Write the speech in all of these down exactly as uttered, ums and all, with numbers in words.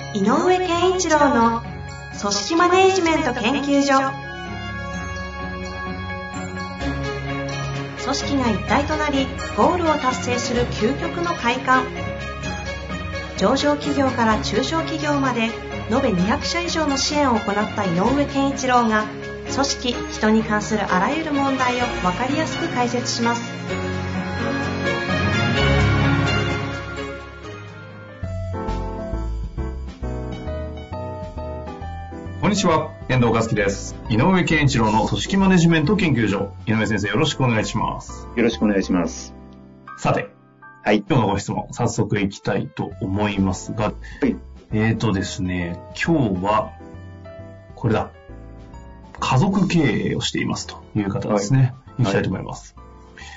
井上健一郎の組織マネジメント研究所。組織が一体となりゴールを達成する究極の快感。上場企業から中小企業まで延べにひゃくしゃ以上の支援を行った井上健一郎が、組織・人に関するあらゆる問題を分かりやすく解説します。 こんにちは、遠藤和樹です。井上健一郎の組織マネジメント研究所。井上先生、よろしくお願いします。 よろしくお願いします。 さて、はい、今日のご質問、早速いきたいと思いますが、はい、えーとですね、今日は、これだ。家族経営をしていますという方ですね。はい、いきたいと思います。はい、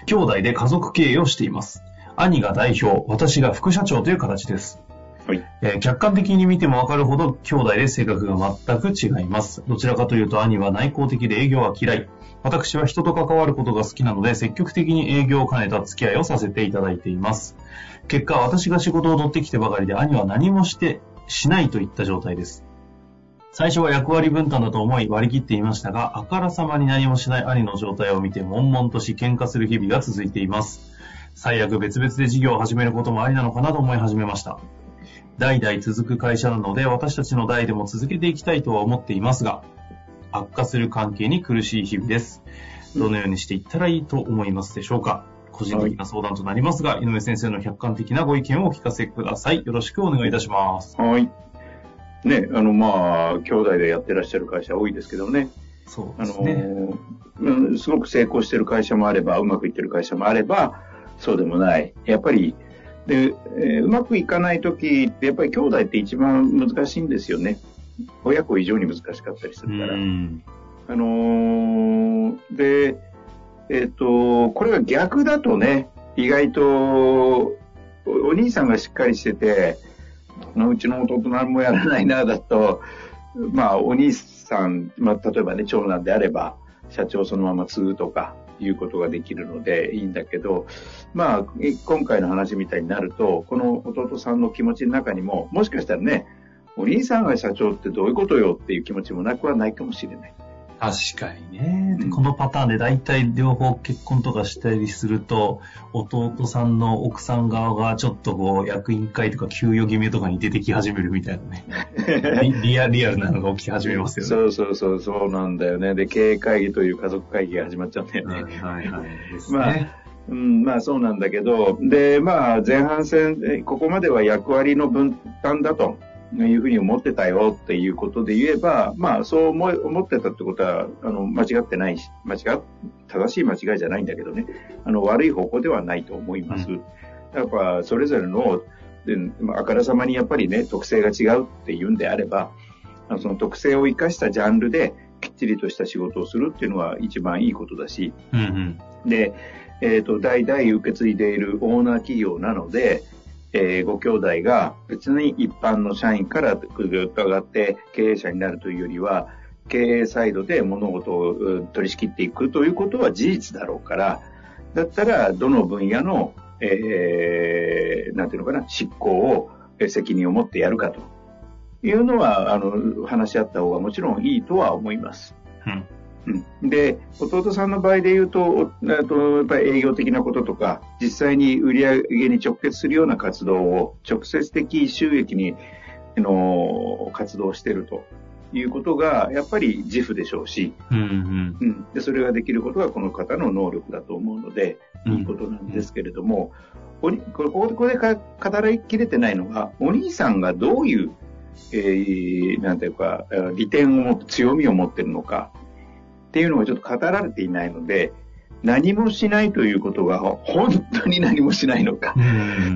兄弟で家族経営をしています。兄が代表、私が副社長という形です。はいえー、客観的に見ても分かるほど兄弟で性格が全く違います。どちらかというと兄は内向的で営業は嫌い。私は人と関わることが好きなので積極的に営業を兼ねた付き合いをさせていただいています。結果、私が仕事を取ってきてばかりで兄は何もしてしないといった状態です。最初は役割分担だと思い割り切っていましたが、あからさまに何もしない兄の状態を見て悶々とし喧嘩する日々が続いています。最悪別々で事業を始めることもありなのかなと思い始めました。代々続く会社なので私たちの代でも続けていきたいとは思っていますが、悪化する関係に苦しい日々です。どのようにしていったらいいと思いますでしょうか。個人的な相談となりますが、はい、井上先生の客観的なご意見をお聞かせください。よろしくお願いいたします。 はい。ね、あのまあ兄弟でやってらっしゃる会社多いですけどね。 そうですね。 あのすごく成功してる会社もあれば、うまくいってる会社もあれば、そうでもない。やっぱりで、えー、うまくいかないときってやっぱり兄弟って一番難しいんですよね。親子以上に難しかったりするから。うんあのー、で、えっと、これが逆だとね、意外とお兄さんがしっかりしてて、うちの弟何もやらないなだと、まあお兄さん、まあ例えばね、長男であれば社長そのまま継ぐとかいうことができるのでいいんだけど、まあ今回の話みたいになると、この弟さんの気持ちの中にももしかしたらね、お兄さんが社長ってどういうことよっていう気持ちもなくはないかもしれない。 確かにね、うん、このパターンで大体両方結婚とかしたりすると、弟さんの奥さん側がちょっとこう役員会とか給与決めとかに出てき始めるみたいなねリ, リ, アリアルなのが起き始めますよね。 そうそうそうそうなんだよね。で経営会議という家族会議が始まっちゃうんだよね。 はいはいはいですね。 まあうん、まあそうなんだけど、でまあ前半戦ここまでは役割の分担だというふうに思ってたよっていうことで言えば、まあそう思い思ってたってことはあの間違ってないし、間違正しい間違いじゃないんだけどね、あの悪い方向ではないと思います。うん、やっぱそれぞれのであからさまにやっぱりね特性が違うっていうんであれば、その特性を生かしたジャンルできっちりとした仕事をするっていうのは一番いいことだし、うんうん、で、えーと、代々受け継いでいるオーナー企業なので。えー、ご兄弟が別に一般の社員からぐっと上がって経営者になるというよりは、経営サイドで物事を取り仕切っていくということは事実だろうから、だったらどの分野の、えー、なんていうのかな、執行を責任を持ってやるかというのはあの話し合った方がもちろんいいとは思います。うんうん、で弟さんの場合で言うと、あとやっぱり営業的なこととか実際に売り上げに直結するような活動を直接的収益にの活動しているということがやっぱり自負でしょうし、うんうんうん、でそれができることがこの方の能力だと思うのでいいことなんですけれども、うんうん、ここここで語りきれてないのがお兄さんがどういう、えー、なんていうか利点を持って強みを持っているのかっていうのがちょっと語られていないので、何もしないということが本当に何もしないのか、うん、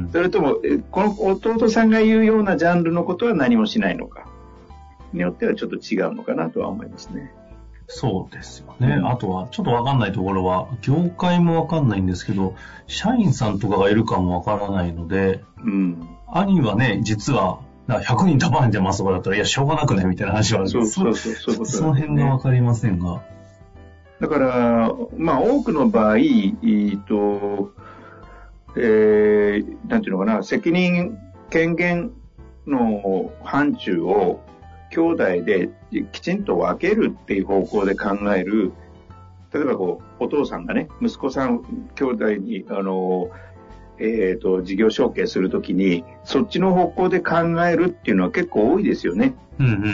それともこの弟さんが言うようなジャンルのことは何もしないのかによってはちょっと違うのかなとは思いますね。 そうですよね。うん、あとはちょっとわかんないところは業界もわかんないんですけど、社員さんとかがいるかもわからないので、うん、兄はね実はひゃくにん束ねてますとかだったらいやしょうがなくねみたいな話はあるんです。そうそうそうそういうことですね。その辺がわかりませんが。 だから、まあ、多くの場合、えーとえー、なんていうのかな、責任、権限の範疇を兄弟できちんと分けるっていう方向で考える。例えばこう、お父さんがね、息子さん、兄弟に、あの、えっと、事業承継するときに、そっちの方向で考えるっていうのは結構多いですよね。 うんうんうんうん、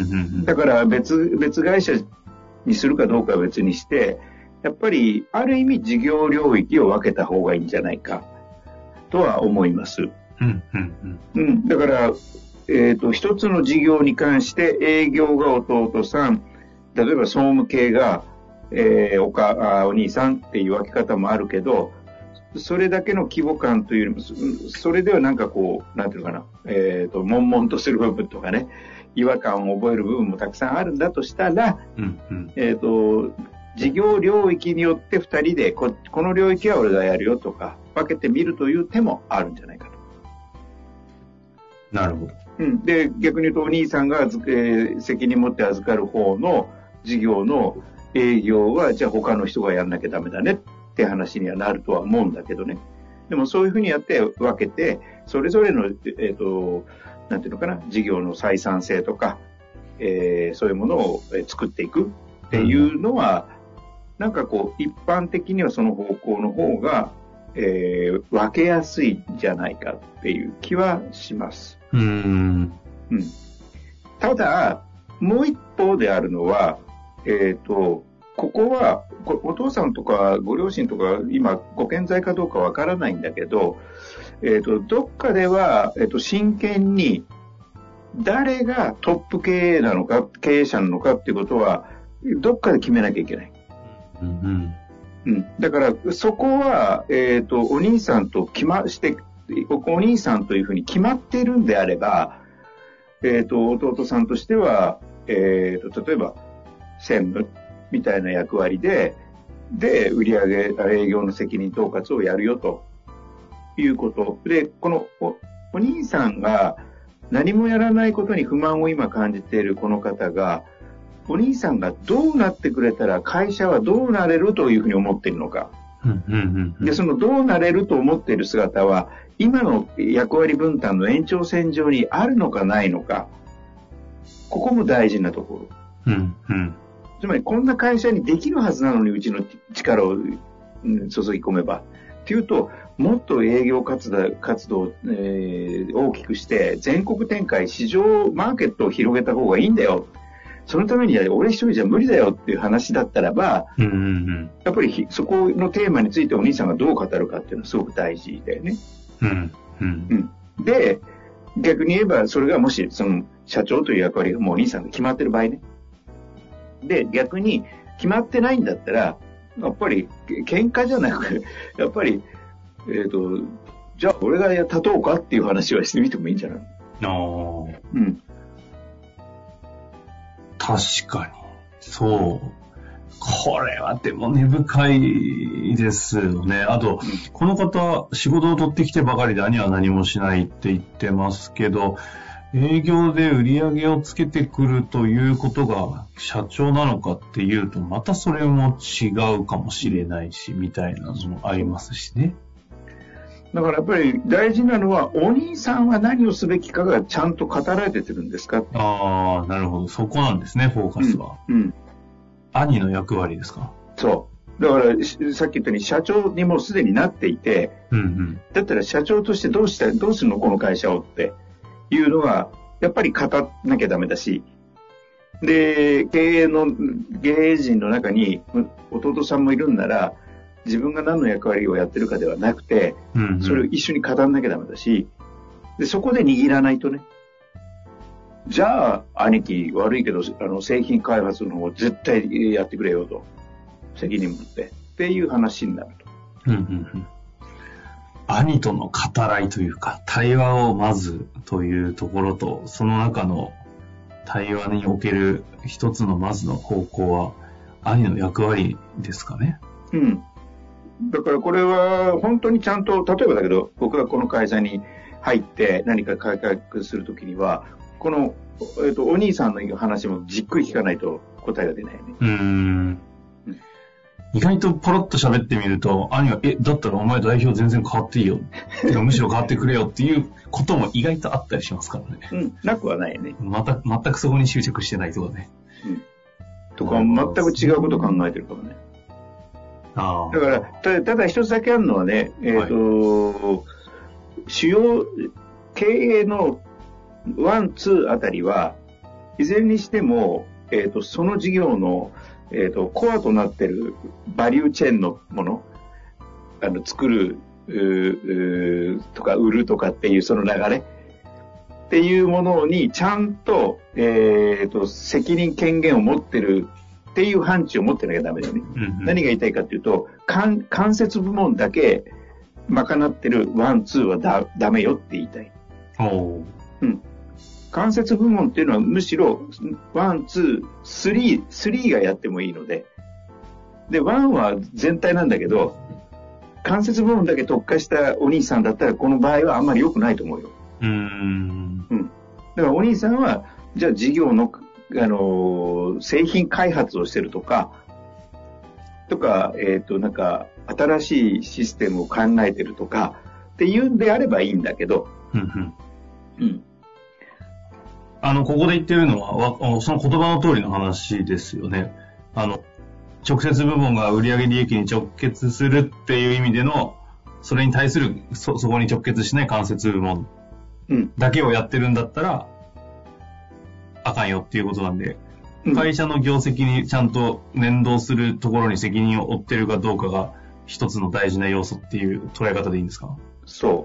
だから別、別会社にするかどうかは別にして、やっぱり、ある意味事業領域を分けた方がいいんじゃないか、とは思います。 うんうんうん。 うん。だから、えっと、一つの事業に関して営業が弟さん、例えば総務系が、えー、おか、あ、お兄さんっていう分け方もあるけど、それだけの規模感というよりも、それではなんかこう、なんていうのかな、えっと、悶々とする部分とかね、違和感を覚える部分もたくさんあるんだとしたら、 うんうん、 えっと、事業領域によって二人でこ、この領域は俺がやるよとか、分けてみるという手もあるんじゃないかと。 なるほど。 うん。で、逆に言うとお兄さんが、えー、責任持って預かる方の事業の営業は、じゃあ他の人がやんなきゃダメだねって話にはなるとは思うんだけどね。でもそういうふうにやって分けて、それぞれの、えっと、なんていうのかな、事業の採算性とか、えー、そういうものを作っていくっていうのは、うん、なんかこう、一般的にはその方向の方が、えー、分けやすいんじゃないかっていう気はします。 うーん。 うん。ただ、もう一方であるのは、えっと、ここは、お父さんとかご両親とか今ご健在かどうかわからないんだけど、えっと、どっかでは、えっと、真剣に誰がトップ経営なのか、経営者なのかっていうことは、どっかで決めなきゃいけない。 うんうんうん。だから、そこは、えっと、お兄さんと決まして、お兄さんというふうに決まっているんであれば、えっと、弟さんとしては、えっと、例えば、専務みたいな役割で、で、売上、営業の責任統括をやるよということ。で、このお、お兄さんが何もやらないことに不満を今感じているこの方が、お兄さんがどうなってくれたら会社はどうなれるというふうに思っているのか。 うんうんうん、 で、そのどうなれると思っている姿は、今の役割分担の延長線上にあるのかないのか。ここも大事なところ。うんうんつまりこんな会社にできるはずなのにうちの力を注ぎ込めばっていうともっと営業活動、活動を、えー、大きくして全国展開市場マーケットを広げた方がいいんだよ。そのためには俺一人じゃ無理だよっていう話だったらば、 うんうんうん、 やっぱりそこのテーマについてお兄さんがどう語るかっていうのはすごく大事だよね。 うんうんうん、で逆に言えばそれがもしその社長という役割がもうお兄さんが決まってる場合ね。で、逆に決まってないんだったら、やっぱり喧嘩じゃなく、やっぱり、えっと、じゃあ俺が立とうかっていう話はしてみてもいいんじゃない？ ああ。 うん。 確かに。そう。これはでも根深いですよね。あと、うん、この方、仕事を取ってきてばかりで兄は何もしないって言ってますけど、営業で売り上げをつけてくるということが社長なのかっていうと、またそれも違うかもしれないし、みたいなのもありますしね。 だからやっぱり大事なのは、お兄さんは何をすべきかがちゃんと語られてるんですか？ ああ、なるほど。そこなんですね、フォーカスは。 うん。うん、 兄の役割ですか？ そう。だから、さっき言ったように社長にもうすでになっていて、 うんうん、 だったら社長としてどうした、どうするのこの会社をって。いうのは、やっぱり語らなきゃダメだし、で、経営の、経営陣の中に弟さんもいるんなら、自分が何の役割をやってるかではなくて、 うんうん、 それを一緒に語らなきゃダメだし、で、そこで握らないとね、じゃあ、兄貴悪いけど、あの、製品開発の方を絶対やってくれよと、責任持って、っていう話になると。 うんうんうん兄との語らいというか、対話をまずというところと、その中の対話における一つのまずの方向は、兄の役割ですかね。 うん。だからこれは本当にちゃんと、例えばだけど、僕がこの会社に入って何か改革するときには、この、えっと、お兄さんの話もじっくり聞かないと答えが出ないよね。 うーん。 意外とポロッと喋ってみると、兄が、え、だったらお前代表全然変わっていいよ。てかむしろ変わってくれよっていうことも意外とあったりしますからね。 うん、なくはないよね。 また、全くそこに執着してないとかね。 うん。とか、全く違うこと考えてるかもね。 ああ。 だから、た, ただ一つだけあるのはね、えっ、ー、と、はい、主要、経営のワン、ツーあたりは、いずれにしても、えっ、ー、と、その事業の、えっ、ー、と、コアとなっているバリューチェーンのもの、あの、作る、ううとか、売るとかっていうその流れっていうものにちゃんと、えっ、ー、と、責任権限を持ってるっていう範疇を持ってなきゃダメだよね。うんうん、何が言いたいかっていうと、間接部門だけ賄ってるワン、ツーはだダメよって言いたい。 おうん。間接部門っていうのはむしろワン、ツー、スリー、スリーがやってもいいので、で、ワンは全体なんだけど、間接部門だけ特化したお兄さんだったらこの場合はあんまり良くないと思うよ。 うーん。 うん。だからお兄さんは、じゃあ事業の、あの、製品開発をしてるとか、とか、えっと、なんか、新しいシステムを考えてるとか、っていうんであればいいんだけど、 うんうん。 うん。 あの、ここで言ってるのは、その言葉の通りの話ですよね。あの、直接部門が売上利益に直結するっていう意味での、それに対する、そ、そこに直結しない間接部門だけをやってるんだったら、あかんよっていうことなんで、うん、会社の業績にちゃんと連動するところに責任を負ってるかどうかが一つの大事な要素っていう捉え方でいいんですか？ そう。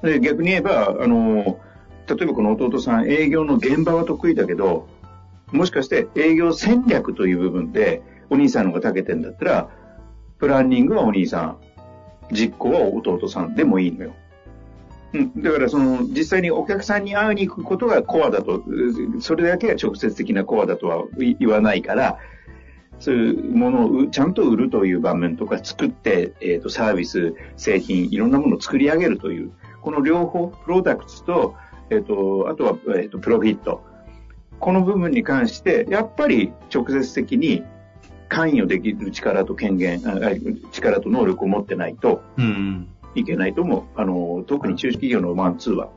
で、逆に言えば、あの、例えばこの弟さん、営業の現場は得意だけど、もしかして営業戦略という部分でお兄さんの方が長けてんだったら、プランニングはお兄さん、実行は弟さんでもいいのよ。うん。だからその実際にお客さんに会いに行くことがコアだと、それだけが直接的なコアだとは言わないから、そういうものをちゃんと売るという場面とか作って、えっと、サービス、製品、いろんなものを作り上げるという、この両方、プロダクツと、えっと、あとは、えっと、プロフィット。この部分に関して、やっぱり直接的に関与できる力と権限、力と能力を持ってないといけないと思う。あの、特に中小企業のワン、ツーは。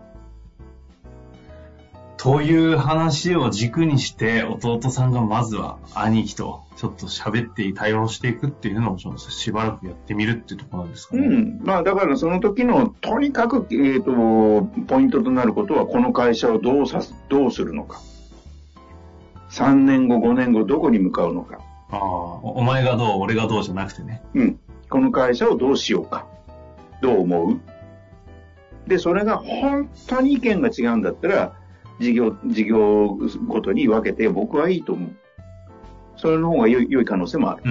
という話を軸にして、弟さんがまずは兄貴とちょっと喋って対応していくっていうのをちょっとしばらくやってみるっていうところなんですかね。 うん。まあだからその時のとにかく、えっと、ポイントとなることはこの会社をどうさす、どうするのか。さんねんご、ごねんごどこに向かうのか。 ああ、お前がどう、俺がどうじゃなくてね。 うん。この会社をどうしようか。どう思う？で、それが本当に意見が違うんだったら、事業、事業ごとに分けて僕はいいと思う。それの方が良い、良い可能性もある。 うん。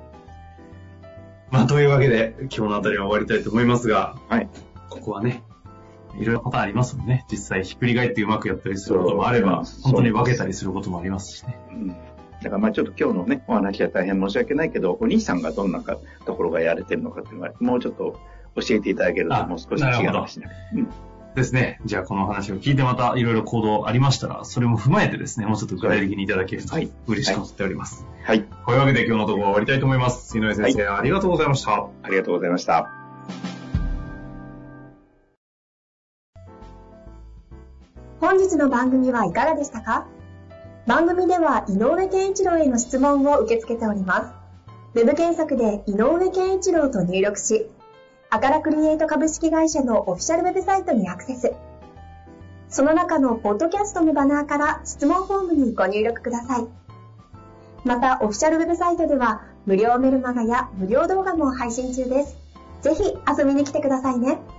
まあ、というわけで、今日のあたりは終わりたいと思いますが、 はい。 ここはね、いろいろパターンありますもんね。実際、ひっくり返ってうまくやったりすることもあれば、本当に分けたりすることもありますしね。 うん。だからまあちょっと今日のね、お話は大変申し訳ないけど、お兄さんがどんなかところがやれてるのかっていうのは、もうちょっと教えていただけるともう少し違う話になる。うん。 ですね。じゃあこの話を聞いてまたいろいろ行動ありましたら、それも踏まえてですね、もうちょっと具体的にいただけると嬉しく思っております。 はい。 というわけで今日のところ終わりたいと思います。井上先生、はい、ありがとうございました。 ありがとうございました。 本日の番組はいかがでしたか？番組では井上健一郎への質問を受け付けております。ウェブ検索で井上健一郎と入力し、アカラクリエイト株式会社のオフィシャルウェブサイトにアクセス。その中のポッドキャストのバナーから質問フォームにご入力ください。また、オフィシャルウェブサイトでは無料メルマガや無料動画も配信中です。ぜひ遊びに来てくださいね。